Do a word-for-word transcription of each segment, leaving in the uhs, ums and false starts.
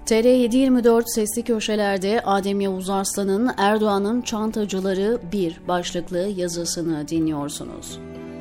T R yedi yirmi dört Sesli Köşeler'de Adem Yavuz Arslan'ın Erdoğan'ın Çantacıları bir başlıklı yazısını dinliyorsunuz.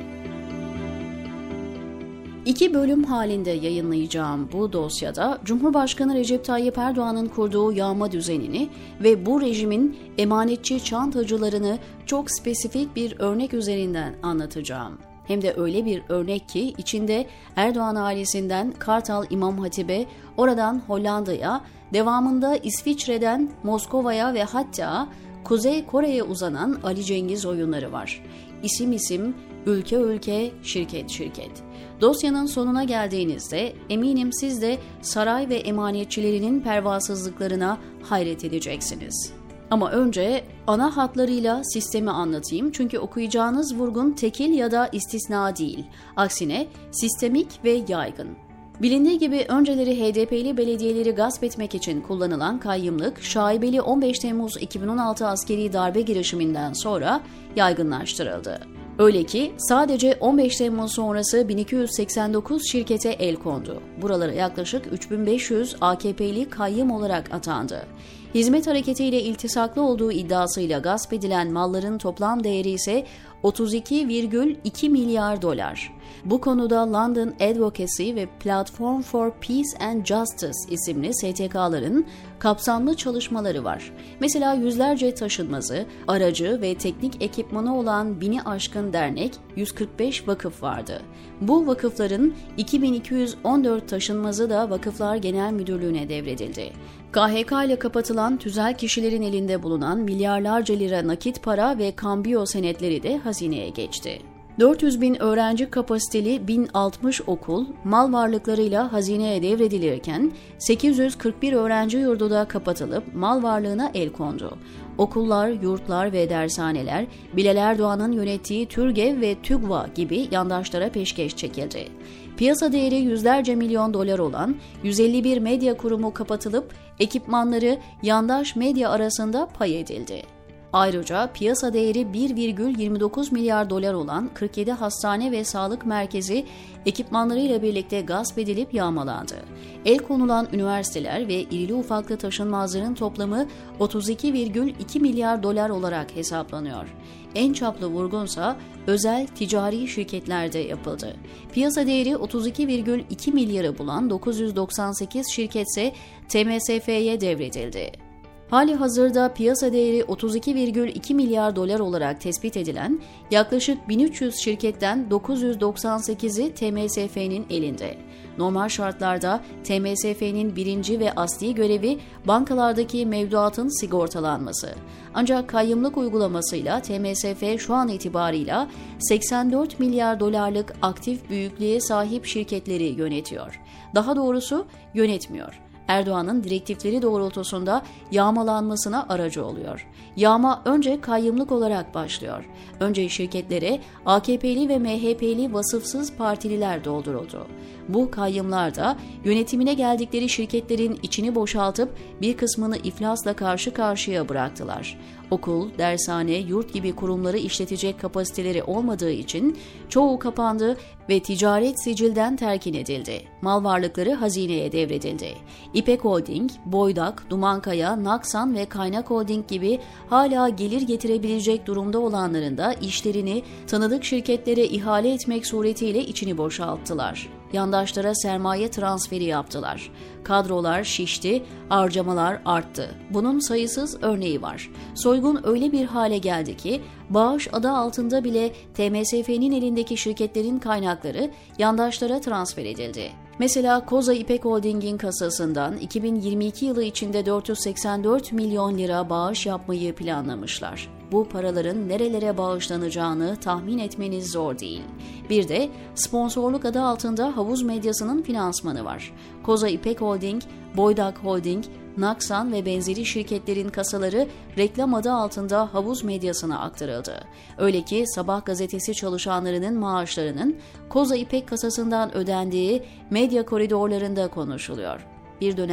İki bölüm halinde yayınlayacağım bu dosyada Cumhurbaşkanı Recep Tayyip Erdoğan'ın kurduğu yağma düzenini ve bu rejimin emanetçi çantacılarını çok spesifik bir örnek üzerinden anlatacağım. Hem de öyle bir örnek ki içinde Erdoğan ailesinden Kartal İmam Hatip'e, oradan Hollanda'ya, devamında İsviçre'den Moskova'ya ve hatta Kuzey Kore'ye uzanan Ali Cengiz oyunları var. İsim isim, ülke ülke, şirket şirket. Dosyanın sonuna geldiğinizde eminim siz de saray ve emanetçilerinin pervasızlıklarına hayret edeceksiniz. Ama önce ana hatlarıyla sistemi anlatayım çünkü okuyacağınız vurgun tekil ya da istisna değil. Aksine sistemik ve yaygın. Bilindiği gibi önceleri H D P'li belediyeleri gasp etmek için kullanılan kayyımlık, şaibeli on beş Temmuz iki bin on altı askeri darbe girişiminden sonra yaygınlaştırıldı. Öyle ki sadece on beş Temmuz sonrası bin iki yüz seksen dokuz şirkete el kondu. Buralara yaklaşık üç bin beş yüz A K P'li kayyım olarak atandı. Hizmet hareketiyle iltisaklı olduğu iddiasıyla gasp edilen malların toplam değeri ise otuz iki virgül iki milyar dolar. Bu konuda London Advocacy ve Platform for Peace and Justice isimli S T K'ların kapsamlı çalışmaları var. Mesela yüzlerce taşınmazı, aracı ve teknik ekipmanı olan bini aşkın dernek, yüz kırk beş vakıf vardı. Bu vakıfların iki bin iki yüz on dört taşınmazı da Vakıflar Genel Müdürlüğü'ne devredildi. K H K ile kapatılan tüzel kişilerin elinde bulunan milyarlarca lira nakit para ve kambiyo senetleri de hazineye geçti. dört yüz bin öğrenci kapasiteli bin altmış okul mal varlıklarıyla hazineye devredilirken sekiz yüz kırk bir öğrenci yurdu da kapatılıp mal varlığına el kondu. Okullar, yurtlar ve dershaneler Bilal Erdoğan'ın yönettiği TÜRGEV ve TÜGVA gibi yandaşlara peşkeş çekildi. Piyasa değeri yüzlerce milyon dolar olan yüz elli bir medya kurumu kapatılıp ekipmanları yandaş medya arasında pay edildi. Ayrıca piyasa değeri bir virgül yirmi dokuz milyar dolar olan kırk yedi hastane ve sağlık merkezi ekipmanlarıyla birlikte gasp edilip yağmalandı. El konulan üniversiteler ve irili ufaklı taşınmazların toplamı otuz iki virgül iki milyar dolar olarak hesaplanıyor. En çaplı vurgunsa özel ticari şirketlerde yapıldı. Piyasa değeri otuz iki virgül iki milyarı bulan dokuz yüz doksan sekiz şirketse T M S F'ye devredildi. Hali hazırda piyasa değeri otuz iki virgül iki milyar dolar olarak tespit edilen yaklaşık bin üç yüz şirketten dokuz yüz doksan sekizi T M S F'nin elinde. Normal şartlarda T M S F'nin birinci ve asli görevi bankalardaki mevduatın sigortalanması. Ancak kayyımlık uygulamasıyla T M S F şu an itibarıyla seksen dört milyar dolarlık aktif büyüklüğe sahip şirketleri yönetiyor. Daha doğrusu yönetmiyor. Erdoğan'ın direktifleri doğrultusunda yağmalanmasına aracı oluyor. Yağma önce kayyımlık olarak başlıyor. Önce şirketlere A K P'li ve M H P'li vasıfsız partililer dolduruldu. Bu kayyımlar da yönetimine geldikleri şirketlerin içini boşaltıp bir kısmını iflasla karşı karşıya bıraktılar. Okul, dershane, yurt gibi kurumları işletecek kapasiteleri olmadığı için çoğu kapandı ve ticaret sicilden terkin edildi. Mal varlıkları hazineye devredildi. İpek Holding, Boydak, Dumankaya, Naksan ve Kaynak Holding gibi hala gelir getirebilecek durumda olanların da işlerini tanıdık şirketlere ihale etmek suretiyle içini boşalttılar. Yandaşlara sermaye transferi yaptılar. Kadrolar şişti, harcamalar arttı. Bunun sayısız örneği var. Soygun öyle bir hale geldi ki bağış adı altında bile T M S F'nin elindeki şirketlerin kaynakları yandaşlara transfer edildi. Mesela Koza İpek Holding'in kasasından iki bin yirmi iki yılı içinde dört yüz seksen dört milyon lira bağış yapmayı planlamışlar. Bu paraların nerelere bağışlanacağını tahmin etmeniz zor değil. Bir de sponsorluk adı altında havuz medyasının finansmanı var. Koza İpek Holding, Boydak Holding, Naksan ve benzeri şirketlerin kasaları reklam adı altında havuz medyasına aktarıldı. Öyle ki Sabah gazetesi çalışanlarının maaşlarının Koza İpek kasasından ödendiği medya koridorlarında konuşuluyor. Bir dönem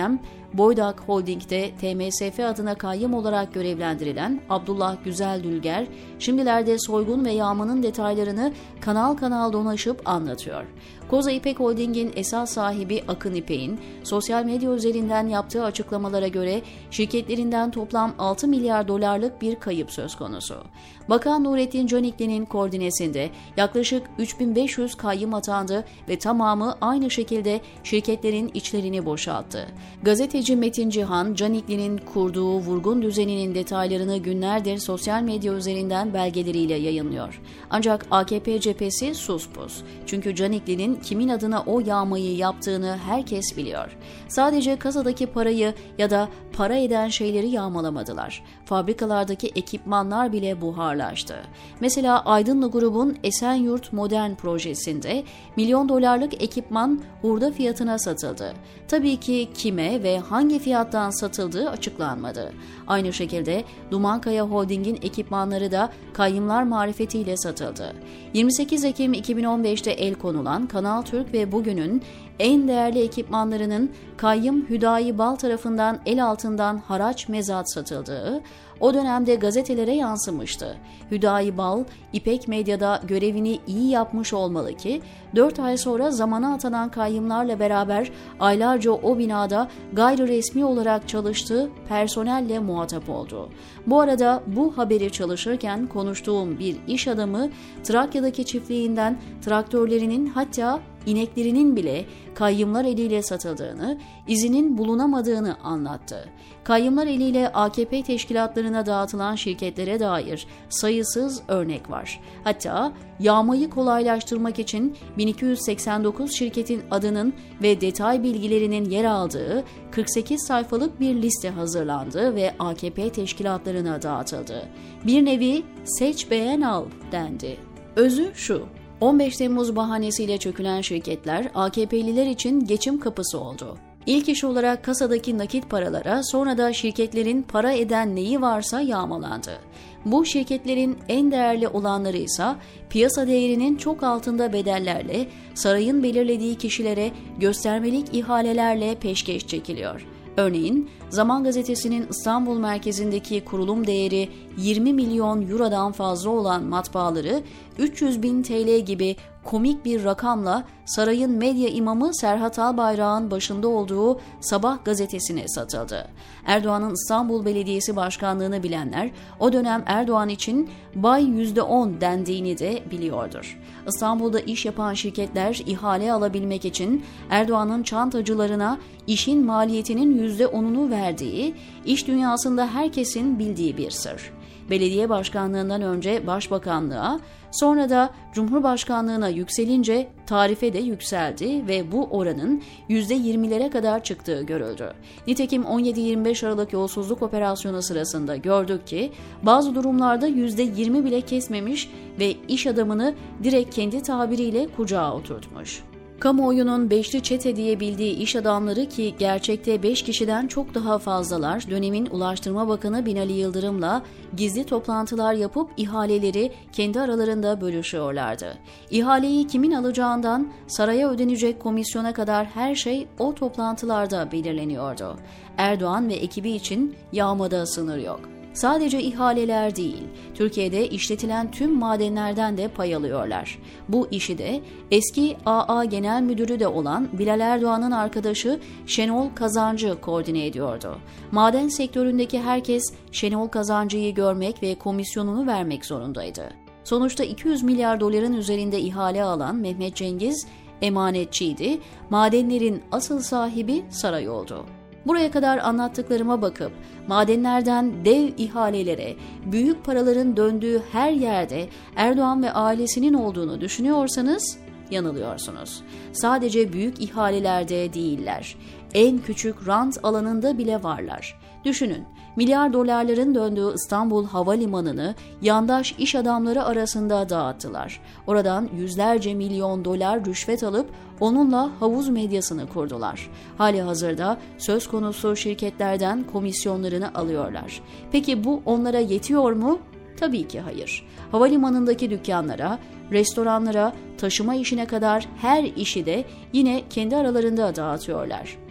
Boydak Holding'de T M S F adına kayyum olarak görevlendirilen Abdullah Güzeldülger, şimdilerde soygun ve yağmanın detaylarını kanal kanal dolaşıp anlatıyor. Koza İpek Holding'in esas sahibi Akın İpek'in sosyal medya üzerinden yaptığı açıklamalara göre şirketlerinden toplam altı milyar dolarlık bir kayıp söz konusu. Bakan Nurettin Canikli'nin koordinesinde yaklaşık üç bin beş yüz kayyum atandı ve tamamı aynı şekilde şirketlerin içlerini boşalttı. Gazeteci Metin Cihan, Canikli'nin kurduğu vurgun düzeninin detaylarını günlerdir sosyal medya üzerinden belgeleriyle yayınlıyor. Ancak A K P cephesi suspus. Çünkü Canikli'nin kimin adına o yağmayı yaptığını herkes biliyor. Sadece kasadaki parayı ya da para eden şeyleri yağmalamadılar. Fabrikalardaki ekipmanlar bile buharlaştı. Mesela Aydınlı grubun Esenyurt Modern projesinde milyon dolarlık ekipman hurda fiyatına satıldı. Tabii ki kime ve hangi fiyattan satıldığı açıklanmadı. Aynı şekilde Dumankaya Holding'in ekipmanları da kayyumlar marifetiyle satıldı. yirmi sekiz Ekim iki bin on beşte el konulan Kanal Türk ve Bugün'ün en değerli ekipmanlarının kayyum Hüdayi Bal tarafından el altından haraç mezat satıldığı o dönemde gazetelere yansımıştı. Hüdayi Bal, İpek Medya'da görevini iyi yapmış olmalı ki dört ay sonra zamana atanan kayyumlarla beraber aylarca o binada gayri resmi olarak çalıştığı personelle muhatap oldu. Bu arada bu haberi çalışırken konuştuğum bir iş adamı Trakya'daki çiftliğinden traktörlerinin hatta ineklerinin bile kayyumlar eliyle satıldığını, izinin bulunamadığını anlattı. Kayyumlar eliyle A K P teşkilatlarına dağıtılan şirketlere dair sayısız örnek var. Hatta yağmayı kolaylaştırmak için bin iki yüz seksen dokuz şirketin adının ve detay bilgilerinin yer aldığı kırk sekiz sayfalık bir liste hazırlandı ve A K P teşkilatlarına dağıtıldı. Bir nevi seç beğen al dendi. Özü şu: on beş Temmuz bahanesiyle çökülen şirketler A K P'liler için geçim kapısı oldu. İlk iş olarak kasadaki nakit paralara, sonra da şirketlerin para eden neyi varsa yağmalandı. Bu şirketlerin en değerli olanları ise piyasa değerinin çok altında bedellerle, sarayın belirlediği kişilere göstermelik ihalelerle peşkeş çekiliyor. Örneğin Zaman Gazetesi'nin İstanbul merkezindeki kurulum değeri yirmi milyon eurodan fazla olan matbaaları üç yüz bin T L gibi komik bir rakamla sarayın medya imamı Serhat Albayrak'ın başında olduğu Sabah gazetesine satıldı. Erdoğan'ın İstanbul Belediyesi Başkanlığı'nı bilenler o dönem Erdoğan için Bay yüzde on dendiğini de biliyordur. İstanbul'da iş yapan şirketler ihale alabilmek için Erdoğan'ın çantacılarına işin maliyetinin yüzde onunu verdiği, iş dünyasında herkesin bildiği bir sır. Belediye başkanlığından önce başbakanlığa, sonra da cumhurbaşkanlığına yükselince tarife de yükseldi ve bu oranın yüzde yirmilere kadar çıktığı görüldü. Nitekim on yedi yirmi beş Aralık yolsuzluk operasyonu sırasında gördük ki bazı durumlarda yüzde yirmi bile kesmemiş ve iş adamını direkt kendi tabiriyle kucağa oturtmuş. Kamuoyunun beşli çete diye bildiği iş adamları, ki gerçekte beş kişiden çok daha fazlalar, dönemin Ulaştırma Bakanı Binali Yıldırım'la gizli toplantılar yapıp ihaleleri kendi aralarında bölüşüyorlardı. İhaleyi kimin alacağından saraya ödenecek komisyona kadar her şey o toplantılarda belirleniyordu. Erdoğan ve ekibi için yağmada sınır yok. Sadece ihaleler değil, Türkiye'de işletilen tüm madenlerden de pay alıyorlar. Bu işi de eski A A Genel Müdürü de olan Bilal Erdoğan'ın arkadaşı Şenol Kazancı koordine ediyordu. Maden sektöründeki herkes Şenol Kazancı'yı görmek ve komisyonunu vermek zorundaydı. Sonuçta iki yüz milyar doların üzerinde ihale alan Mehmet Cengiz emanetçiydi, madenlerin asıl sahibi saray oldu. Buraya kadar anlattıklarıma bakıp madenlerden dev ihalelere, büyük paraların döndüğü her yerde Erdoğan ve ailesinin olduğunu düşünüyorsanız yanılıyorsunuz. Sadece büyük ihalelerde değiller. En küçük rant alanında bile varlar. Düşünün, milyar dolarların döndüğü İstanbul Havalimanı'nı yandaş iş adamları arasında dağıttılar. Oradan yüzlerce milyon dolar rüşvet alıp onunla havuz medyasını kurdular. Halihazırda söz konusu şirketlerden komisyonlarını alıyorlar. Peki bu onlara yetiyor mu? Tabii ki hayır. Havalimanındaki dükkanlara, restoranlara, taşıma işine kadar her işi de yine kendi aralarında dağıtıyorlar.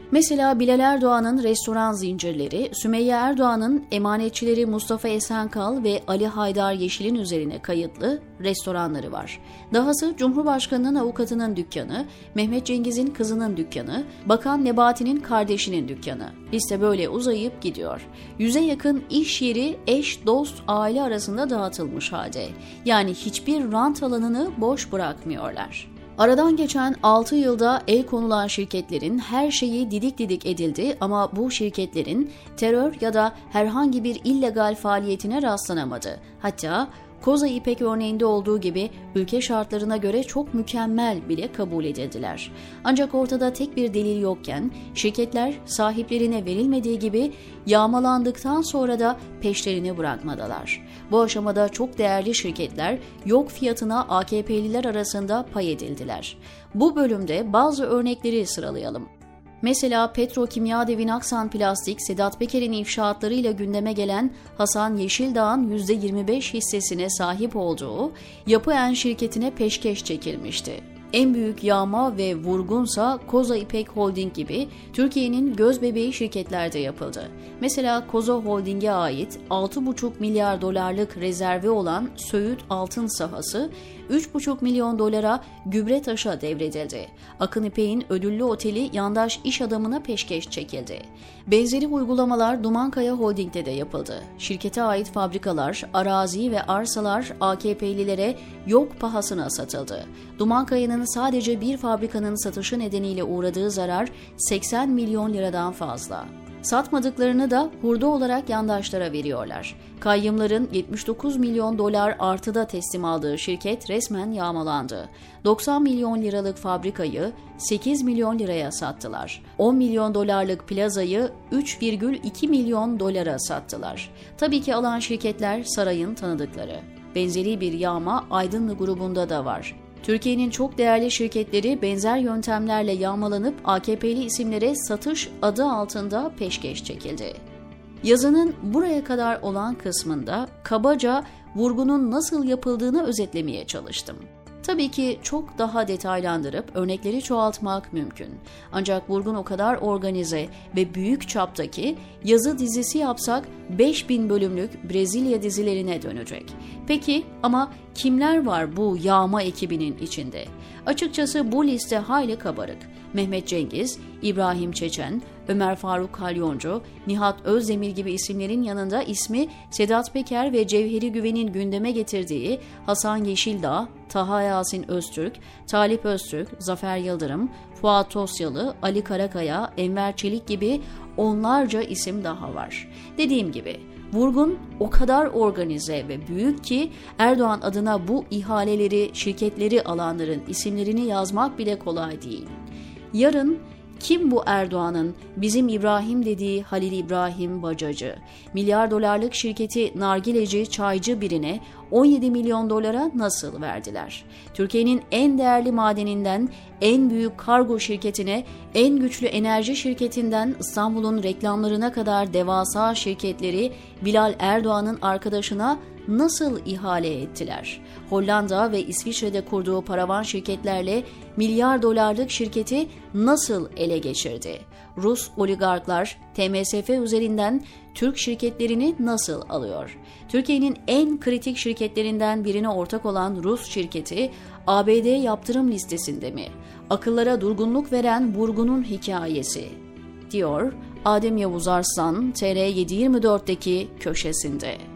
Mesela Bilal Erdoğan'ın restoran zincirleri, Sümeyye Erdoğan'ın emanetçileri Mustafa Esenkal ve Ali Haydar Yeşil'in üzerine kayıtlı restoranları var. Dahası Cumhurbaşkanı'nın avukatının dükkanı, Mehmet Cengiz'in kızının dükkanı, Bakan Nebati'nin kardeşinin dükkanı. Liste böyle uzayıp gidiyor. Yüze yakın iş yeri eş, dost, aile arasında dağıtılmış halde. Yani hiçbir rant alanını boş bırakmıyorlar. Aradan geçen altı yılda el konulan şirketlerin her şeyi didik didik edildi ama bu şirketlerin terör ya da herhangi bir illegal faaliyetine rastlanamadı. Hatta Koza İpek örneğinde olduğu gibi ülke şartlarına göre çok mükemmel bile kabul edildiler. Ancak ortada tek bir delil yokken şirketler sahiplerine verilmediği gibi yağmalandıktan sonra da peşlerini bırakmadılar. Bu aşamada çok değerli şirketler yok fiyatına A K P'liler arasında pay edildiler. Bu bölümde bazı örnekleri sıralayalım. Mesela Petrokimya Devi Aksan Plastik, Sedat Peker'in ifşaatlarıyla gündeme gelen Hasan Yeşildağ'ın yüzde yirmi beş hissesine sahip olduğu Yapı En şirketine peşkeş çekilmişti. En büyük yağma ve vurgunsa Koza İpek Holding gibi Türkiye'nin gözbebeği şirketlerde yapıldı. Mesela Koza Holding'e ait altı buçuk milyar dolarlık rezervi olan Söğüt Altın Sahası üç buçuk milyon dolara Gübretaş'a devredildi. Akın İpek'in ödüllü oteli yandaş iş adamına peşkeş çekildi. Benzeri uygulamalar Dumankaya Holding'de de yapıldı. Şirkete ait fabrikalar, arazi ve arsalar A K P'lilere yok pahasına satıldı. Dumankaya'nın sadece bir fabrikanın satışı nedeniyle uğradığı zarar seksen milyon liradan fazla. Satmadıklarını da hurda olarak yandaşlara veriyorlar. Kayyımların yetmiş dokuz milyon dolar artıda teslim aldığı şirket resmen yağmalandı. doksan milyon liralık fabrikayı sekiz milyon liraya sattılar. on milyon dolarlık plazayı üç virgül iki milyon dolara sattılar. Tabii ki alan şirketler sarayın tanıdıkları. Benzeri bir yağma Aydınlı grubunda da var. Türkiye'nin çok değerli şirketleri benzer yöntemlerle yağmalanıp A K P'li isimlere satış adı altında peşkeş çekildi. Yazının buraya kadar olan kısmında kabaca vurgunun nasıl yapıldığını özetlemeye çalıştım. Tabii ki çok daha detaylandırıp örnekleri çoğaltmak mümkün. Ancak vurgun o kadar organize ve büyük çapta ki yazı dizisi yapsak beş bin bölümlük Brezilya dizilerine dönecek. Peki ama kimler var bu yağma ekibinin içinde? Açıkçası bu liste hayli kabarık. Mehmet Cengiz, İbrahim Çeçen, Ömer Faruk Kalyoncu, Nihat Özdemir gibi isimlerin yanında ismi Sedat Peker ve Cevheri Güven'in gündeme getirdiği Hasan Yeşildağ, Taha Yasin Öztürk, Talip Öztürk, Zafer Yıldırım, Fuat Tosyalı, Ali Karakaya, Enver Çelik gibi onlarca isim daha var. Dediğim gibi vurgun o kadar organize ve büyük ki Erdoğan adına bu ihaleleri, şirketleri alanların isimlerini yazmak bile kolay değil. Yarın kim bu Erdoğan'ın bizim İbrahim dediği Halil İbrahim Bacacı? Milyar dolarlık şirketi nargileci, çaycı birine on yedi milyon dolara nasıl verdiler? Türkiye'nin en değerli madeninden en büyük kargo şirketine, en güçlü enerji şirketinden İstanbul'un reklamlarına kadar devasa şirketleri Bilal Erdoğan'ın arkadaşına nasıl ihale ettiler? Hollanda ve İsviçre'de kurduğu paravan şirketlerle milyar dolarlık şirketi nasıl ele geçirdi? Rus oligarklar T M S F üzerinden Türk şirketlerini nasıl alıyor? Türkiye'nin en kritik şirketlerinden birine ortak olan Rus şirketi A B D yaptırım listesinde mi? Akıllara durgunluk veren vurgunun hikayesi, diyor Adem Yavuz Arslan T R yedi yirmi dört'teki köşesinde.